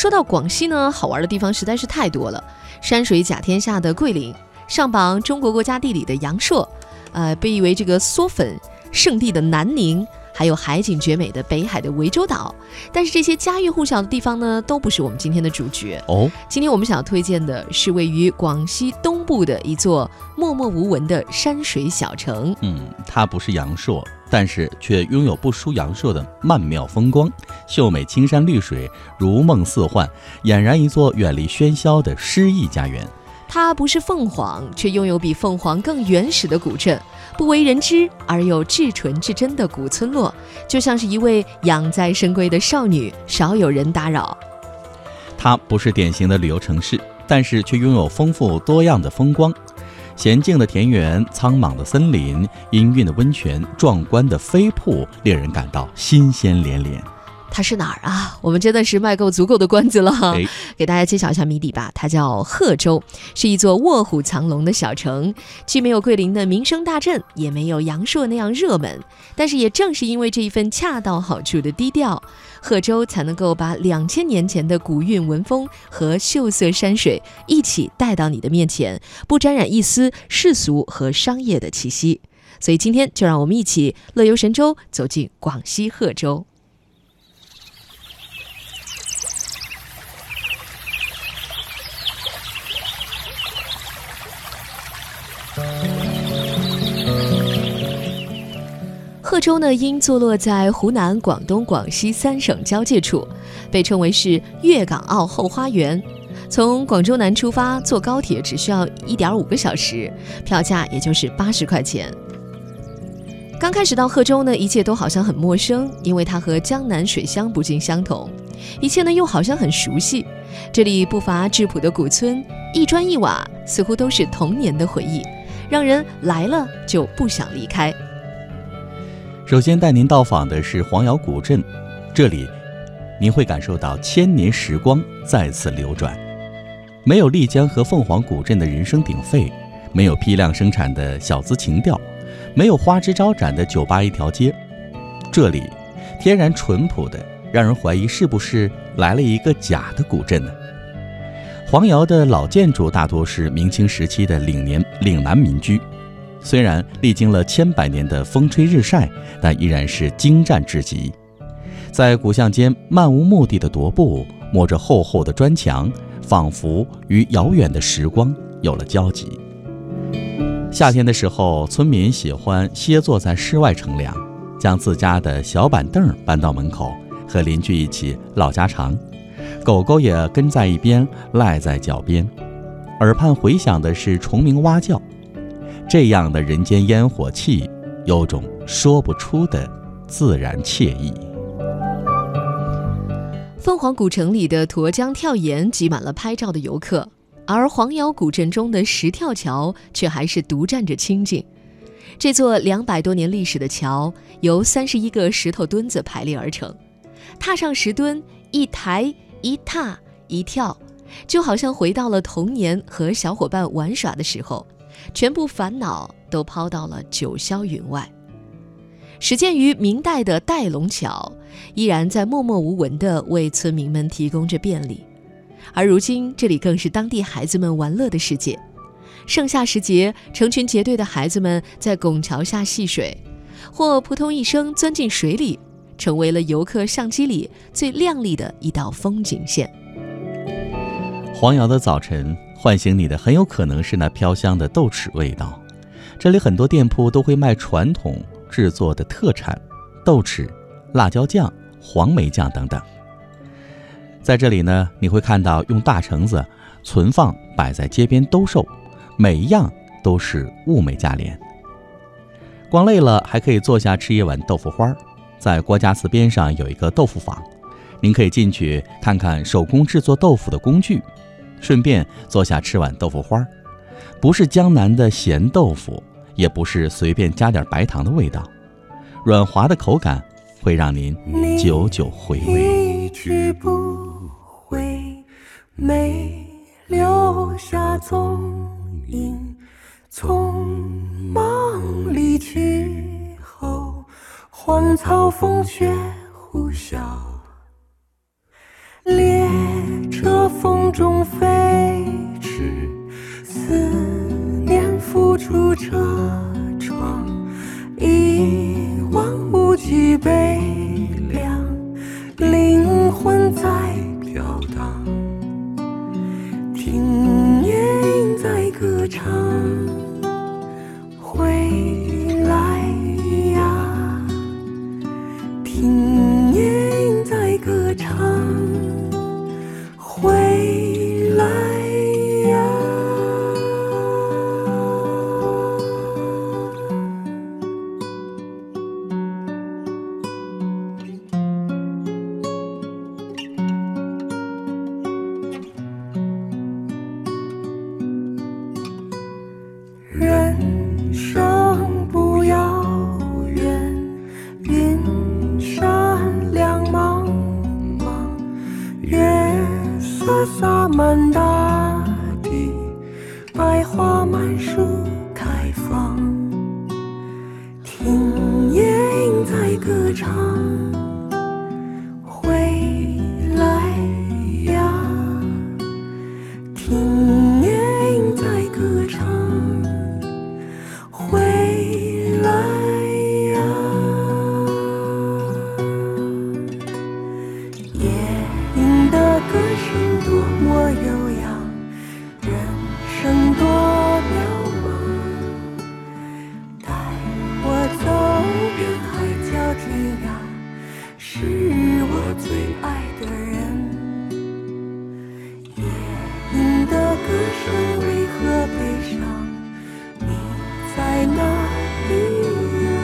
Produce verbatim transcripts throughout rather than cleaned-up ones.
说到广西呢，好玩的地方实在是太多了，山水甲天下的桂林，上榜中国国家地理的阳朔，呃，被誉为这个嗦粉圣地的南宁，还有海景绝美的北海的涠洲岛。但是这些家喻户晓的地方呢，都不是我们今天的主角哦。 今天我们想要推荐的是位于广西东部的一座默默无闻的山水小城。 嗯，它不是阳朔，但是却拥有不输阳朔的曼妙风光，秀美青山绿水，如梦似幻，俨然一座远离喧嚣的诗意家园。 它不是凤凰，却拥有比凤凰更原始的古镇，不为人知而又至纯至真的古村落，就像是一位养在深闺的少女，少有人打扰。 它不是典型的旅游城市，但是却拥有丰富多样的风光，娴静的田园，苍茫的森林，氤氲的温泉，壮观的飞瀑，令人感到新鲜连连。 它是哪儿啊？我们真的是卖够足够的关子了、 哎、 给大家揭晓一下谜底吧。它叫贺州，是一座卧虎藏龙的小城，既没有桂林的名声大振，也没有阳朔那样热门，但是也正是因为这一份恰到好处的低调，贺州才能够把两千年前的古韵文风和秀色山水一起带到你的面前，不沾染一丝世俗和商业的气息。所以今天就让我们一起乐游神州，走进广西贺州。贺州呢，因坐落在湖南、广东、广西三省交界处，被称为是粤港澳后花园。从广州南出发，坐高铁只需要 一点五个小时，票价也就是八十块钱。刚开始到贺州呢，一切都好像很陌生，因为它和江南水乡不尽相同，一切呢又好像很熟悉。这里不乏质朴的古村，一砖一瓦，似乎都是童年的回忆，让人来了就不想离开。 首先带您到访的是黄窑古镇，这里您会感受到千年时光再次流转，没有丽江和凤凰古镇的人声鼎沸，没有批量生产的小资情调，没有花枝招展的酒吧一条街，这里天然淳朴的让人怀疑是不是来了一个假的古镇呢？黄窑的老建筑大多是明清时期的岭年岭南民居，虽然历经了千百年的风吹日晒，但依然是精湛至极。在古巷间漫无目的的踱步，摸着厚厚的砖墙，仿佛与遥远的时光有了交集。夏天的时候，村民喜欢歇坐在室外乘凉，将自家的小板凳搬到门口，和邻居一起唠家常，狗狗也跟在一边赖在脚边，耳畔回响的是虫鸣蛙叫。这样的人间烟火气，有种说不出的自然惬意。 凤凰古城里的沱江跳岩挤满了拍照的游客，而黄窑古镇中的石跳桥却还是独占着清静。这座两百多年历史的桥由三十一个石头墩子排列而成，踏上石墩，一抬一踏一跳，就好像回到了童年和小伙伴玩耍的时候，全部烦恼都抛到了九霄云外。始建于明代的戴龙桥，依然在默默无闻地为村民们提供着便利。而如今，这里更是当地孩子们玩乐的世界。盛夏时节，成群结队的孩子们在拱桥下戏水，或扑通一声钻进水里，成为了游客相机里最亮丽的一道风景线。 黄窑的早晨唤醒你的很有可能是那飘香的豆豉味道。这里很多店铺都会卖传统制作的特产豆豉、辣椒酱、黄梅酱等等。在这里呢，你会看到用大橙子存放摆在街边兜售，每一样都是物美价廉。逛累了还可以坐下吃一碗豆腐花，在郭家祠边上有一个豆腐坊，您可以进去看看手工制作豆腐的工具，顺便坐下吃碗豆腐花。不是江南的咸豆腐，也不是随便加点白糖的味道，软滑的口感会让您久久回味。 一去不回，没留下踪影，匆忙离去后，荒草风雪呼啸，烈中飞驰，思念付出车窗，一望无际悲凉，灵魂在飘荡，听夜莺在歌唱，回来呀，听夜莺在歌唱，回来呀。人生不遥远，云山两茫茫，月色洒满大地，百花满树开放，听夜莺在歌唱，回来呀，听夜莺在歌唱，回来呀。夜莺的歌声多么悠扬，人生多渺茫，带我走遍海角天涯，是我最爱的人。夜莺的歌声为何悲伤？你在哪里呀？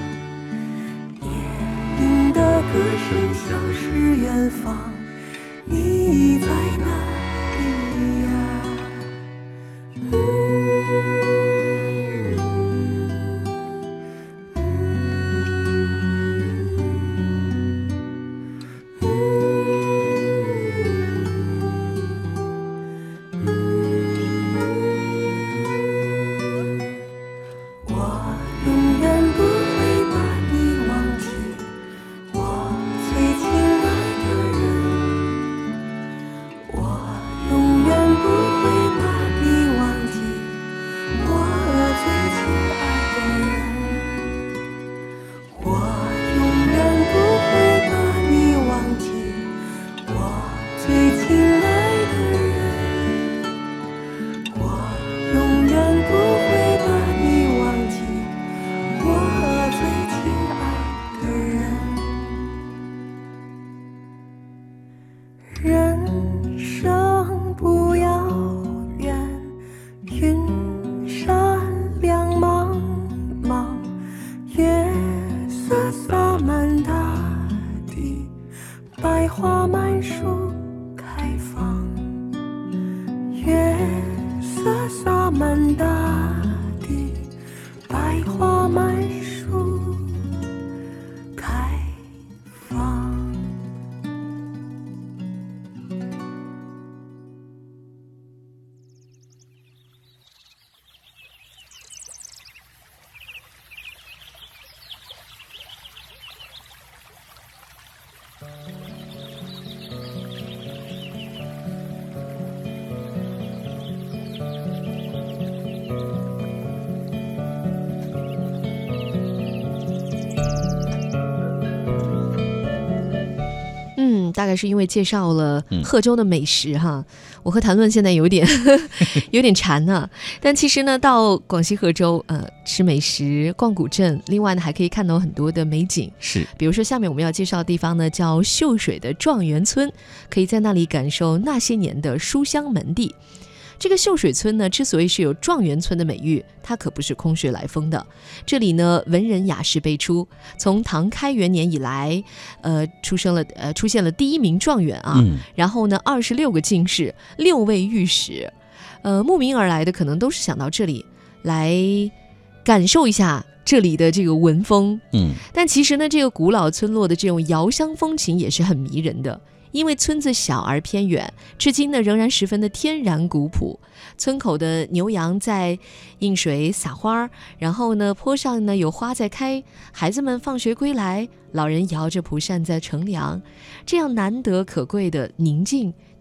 夜莺的歌声像是远方，你在哪里呀？嗯我永远不会把你忘记，我最亲爱的人。我永远不会把你忘记，我最亲爱的人。我永远不会把你忘记，我最亲爱的人。我永远不会把你忘记，我最亲爱的人。人生不遥远，云山两茫茫，月色洒满大地，百花满树开放，月色洒满大地，百花满树开放。 嗯，大概是因为介绍了嗯贺州的美食哈，我和谭论现在有点有点馋呢、但其实呢，到广西贺州，呃，吃美食、逛古镇，另外呢还可以看到很多的美景。 是比如说，下面我们要介绍的地方呢，叫秀水的状元村，可以在那里感受那些年的书香门第。这个秀水村呢，之所以是有状元村的美誉，它可不是空穴来风的。这里呢，文人雅士辈出，从唐开元年以来，呃，出生了呃出现了第一名状元啊， 嗯然后呢，二十六个进士，六位御史，呃，慕名而来的可能都是想到这里来感受一下这里的这个文风。 嗯但其实呢，这个古老村落的这种遥乡风情也是很迷人的。因为村子小而偏远，至今呢仍然十分的天然古朴。村口的牛羊在映水撒花，然后呢坡上呢有花在开，孩子们放学归来，老人摇着蒲扇在乘凉。这样难得可贵的宁静，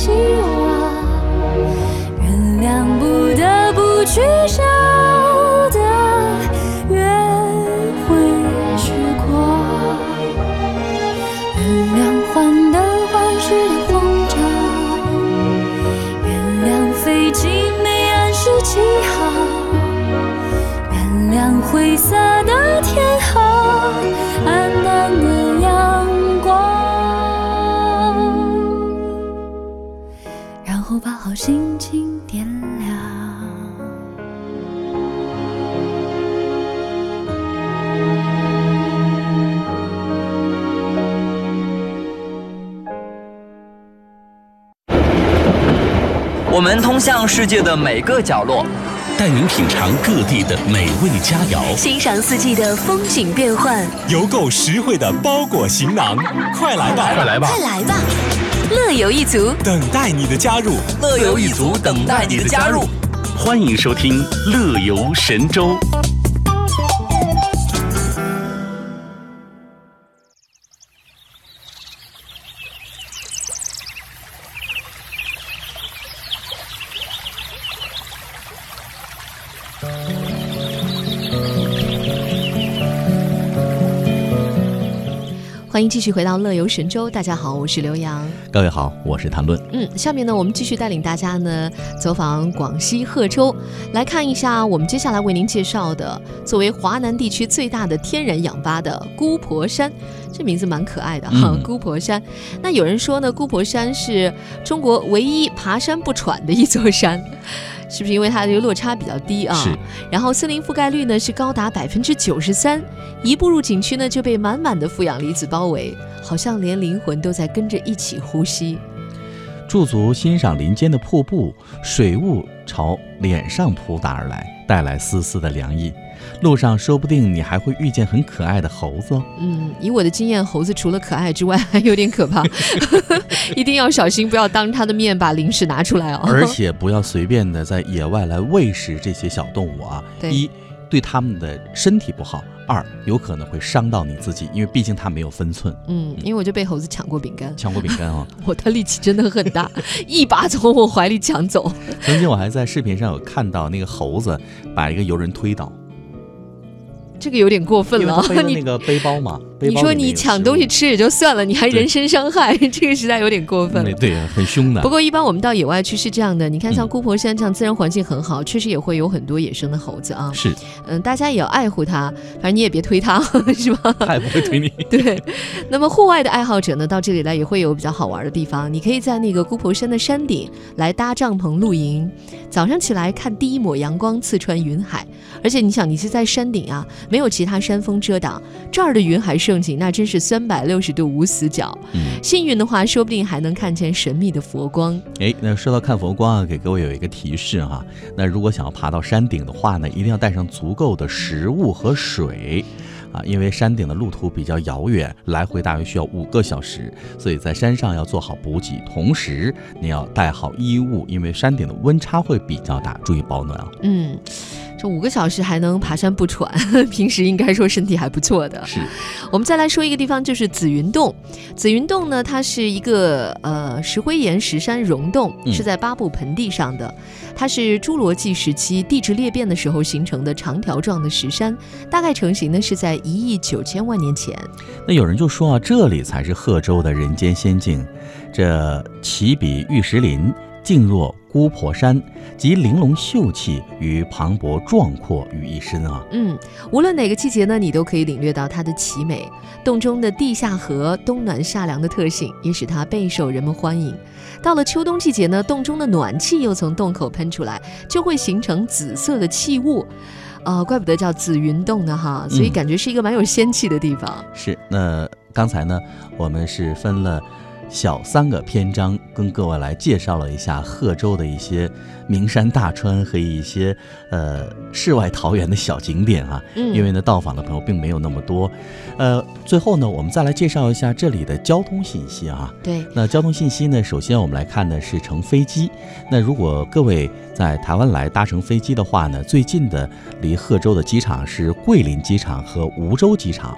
希望，原谅不得不取消的约会时光，原谅患得患失的慌张，原谅飞机没按时起航，原谅灰色的天空，暗淡的阳光，然后把好心情点亮。 我们通向世界的每个角落， 带您品尝各地的美味佳肴， 欣赏四季的风景变幻， 邮购实惠的包裹行囊，快来吧， 快来吧， 快来吧！乐游一族等待你的加入， 乐游一族等待你的加入。 欢迎收听《乐游神州》。 欢迎继续回到乐游神州，大家好，我是刘洋。 各位好，我是谭论。 嗯，下面呢，我们继续带领大家呢走访广西贺州，来看一下我们接下来为您介绍的，作为华南地区最大的天然氧吧的姑婆山。这名字蛮可爱的哈， 嗯、 姑婆山。那有人说呢，姑婆山是中国唯一爬山不喘的一座山。是不是因为它这个落差比较低啊？ 是。 然后森林覆盖率呢是高达百分之九十三，一步入景区呢就被满满的负氧离子包围，好像连灵魂都在跟着一起呼吸。 驻足欣赏林间的瀑布，水雾朝脸上扑打而来，带来丝丝的凉意。路上说不定你还会遇见很可爱的猴子哦。 嗯，以我的经验，猴子除了可爱之外还有点可怕，一定要小心，不要当他的面把零食拿出来哦。 而且不要随便的在野外来喂食这些小动物啊。 对， 一对他们的身体不好，二有可能会伤到你自己，因为毕竟它没有分寸。 嗯，因为我就被猴子抢过饼干， 抢过饼干啊、哦， 我的力气真的很大，一把从我怀里抢走。 曾经我还在视频上有看到那个猴子把一个游人推倒。 这个有点过分了， 因为他背的那个背包嘛，背包你说你抢东西吃也就算了，你还人身伤害，这个实在有点过分了。 对，很凶的。 不过一般我们到野外去是这样的，你看像姑婆山这样自然环境很好，确实也会有很多野生的猴子啊。 是， 嗯，大家也要爱护它，反正你也别推它，是吧？ 它也不会推你。 对。那么户外的爱好者呢，到这里来也会有比较好玩的地方，你可以在那个姑婆山的山顶来搭帐篷露营，早上起来看第一抹阳光刺穿云海，而且你想你是在山顶啊，没有其他山峰遮挡，这儿的云海盛景那真是三百六十度无死角。嗯，幸运的话说不定还能看见神秘的佛光。 哎，那说到看佛光啊，给各位有一个提示哈，那如果想要爬到山顶的话呢，一定要带上足够的食物和水啊，因为山顶的路途比较遥远，来回大约需要五个小时，所以在山上要做好补给，同时你要带好衣物，因为山顶的温差会比较大，注意保暖啊。 嗯，这五个小时还能爬山不喘，平时应该说身体还不错的。 是， 我们再来说一个地方，就是紫云洞。紫云洞呢，它是一个呃石灰岩石山溶洞，是在巴布盆地上的。嗯、它是侏罗纪时期地质裂变的时候形成的长条状的石山，大概成型呢是在一亿九千万年前。 那有人就说啊，这里才是贺州的人间仙境，这奇比玉石林，静若姑婆山，集玲珑秀气与磅礴壮阔于一身啊。 嗯，无论哪个季节呢，你都可以领略到它的奇美。洞中的地下河冬暖夏凉的特性，也使它备受人们欢迎。到了秋冬季节呢，洞中的暖气又从洞口喷出来，就会形成紫色的气雾。呃，怪不得叫紫云洞呢哈，所以感觉是一个蛮有仙气的地方。 嗯、是，那刚才呢，我们是分了小三个篇章，跟各位来介绍了一下贺州的一些名山大川和一些呃世外桃源的小景点啊。嗯，因为呢，到访的朋友并没有那么多。呃，最后呢，我们再来介绍一下这里的交通信息啊。 对， 那交通信息呢，首先我们来看的是乘飞机。那如果各位在台湾来搭乘飞机的话呢，最近的离贺州的机场是桂林机场和梧州机场。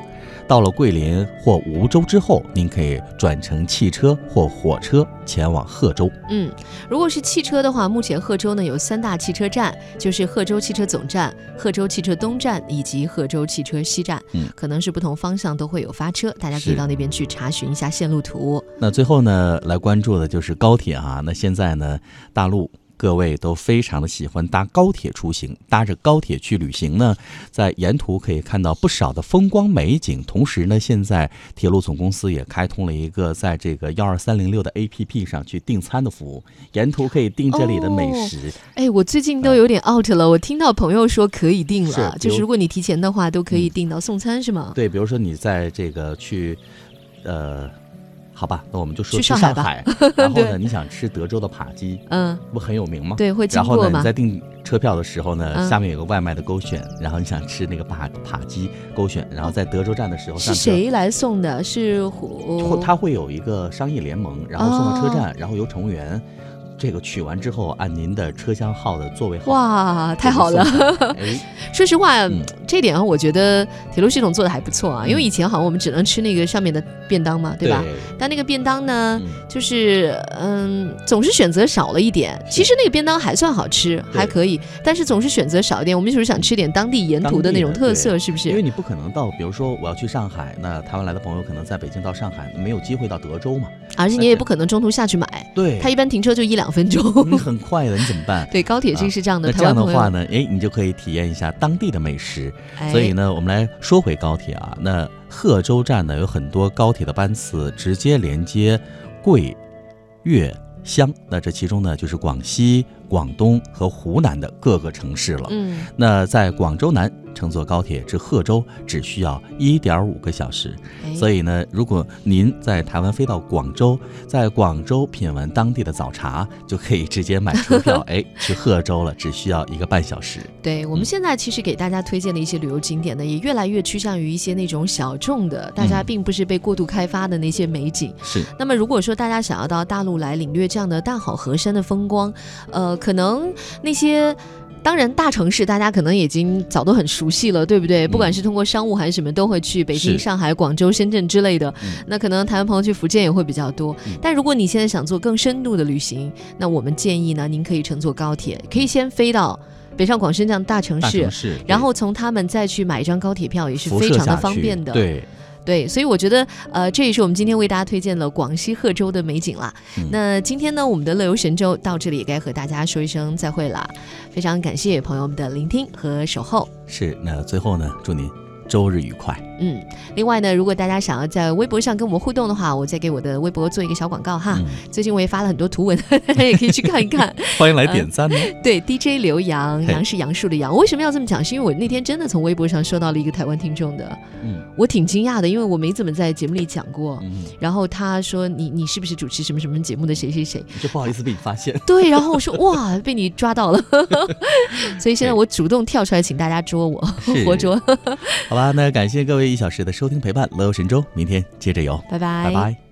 到了桂林或梧州之后，您可以转乘汽车或火车前往贺州。 嗯，如果是汽车的话，目前贺州呢有三大汽车站，就是贺州汽车总站、贺州汽车东站以及贺州汽车西站。 嗯， 可能是不同方向都会有发车，大家可以到那边去查询一下线路图。 那最后呢，来关注的就是高铁啊。那现在呢，大陆各位都非常的喜欢搭高铁出行，搭着高铁去旅行呢，在沿途可以看到不少的风光美景。同时呢，现在铁路总公司也开通了一个在这个幺二三零六的 A P P 上去订餐的服务，沿途可以订这里的美食。 哎、哦，我最近都有点 out 了，我听到朋友说可以订了， 是就是如果你提前的话，都可以订到送餐、嗯、是吗？ 对，比如说你在这个去，呃。好吧，那我们就说去上海， 海然后呢，你想吃德州的扒鸡， 嗯， 不很有名吗？ 对，会经过然后呢，你在订车票的时候呢， 嗯、 下面有个外卖的勾选，然后你想吃那个扒扒鸡勾选，然后在德州站的时候， 是谁来送的？是哦、他会有一个商业联盟，然后送到车站，哦、然后由乘务员。这个取完之后，按您的车厢号的座位号， 哇，太好了！ 哎， 说实话、 嗯， 这点我觉得铁路系统做的还不错啊。嗯、因为以前好像我们只能吃那个上面的便当嘛，对吧？ 对。 但那个便当呢， 嗯、 就是嗯，总是选择少了一点。其实那个便当还算好吃，还可以，但是总是选择少一点。我们就是想吃点当地沿途的那种特色，是不是？ 因为你不可能到，比如说我要去上海，那台湾来的朋友可能在北京到上海没有机会到德州嘛， 而且你也不可能中途下去买。 对， 他一般停车就一两分钟， 你很快的，你怎么办？ 对，高铁这是这样的。 啊、那这样的话呢，哎，你就可以体验一下当地的美食。 哎、 所以呢，我们来说回高铁啊，那贺州站呢有很多高铁的班次直接连接贵、粤、湘，那这其中呢就是广西、广东和湖南的各个城市了。 嗯， 那在广州南乘坐高铁至贺州只需要一点五个小时， 哎、 所以呢，如果您在台湾飞到广州，在广州品完当地的早茶，就可以直接买车票，哎，去贺州了，只需要一个半小时。 对，我们现在其实给大家推荐的一些旅游景点呢，也越来越趋向于一些那种小众的，大家并不是被过度开发的那些美景。 是、嗯。 那么如果说大家想要到大陆来领略这样的大好河山的风光，呃，可能那些。当然，大城市大家可能已经早都很熟悉了，对不对？不管是通过商务还是什么，都会去北京、上海、广州、深圳之类的。 嗯、 那可能台湾朋友去福建也会比较多。嗯、但如果你现在想做更深度的旅行，那我们建议呢，您可以乘坐高铁，可以先飞到北上广深这样大城市， 大城市然后从他们再去买一张高铁票，也是非常的方便的。 对。 对，所以我觉得，呃，这也是我们今天为大家推荐了广西贺州的美景啦。 嗯、 那今天呢，我们的乐游神州到这里也该和大家说一声再会啦。非常感谢朋友们的聆听和守候。 是，那最后呢，祝您周日愉快。 嗯，另外呢，如果大家想要在微博上跟我们互动的话，我再给我的微博做一个小广告哈。嗯、最近我也发了很多图文，大家也可以去看一看。 欢迎来点赞呢、 呃。对 ，D J 刘洋，杨是杨树的杨。为什么要这么讲？是因为我那天真的从微博上收到了一个台湾听众的， 嗯， 我挺惊讶的，因为我没怎么在节目里讲过。 嗯， 然后他说你你是不是主持什么什么节目的谁谁谁？ 就不好意思被你发现。 对，然后我说哇，被你抓到了，所以现在我主动跳出来，请大家捉我，活捉。 好吧，那感谢各位一小时的收听陪伴，乐游神州，明天接着游， 拜拜， 拜拜。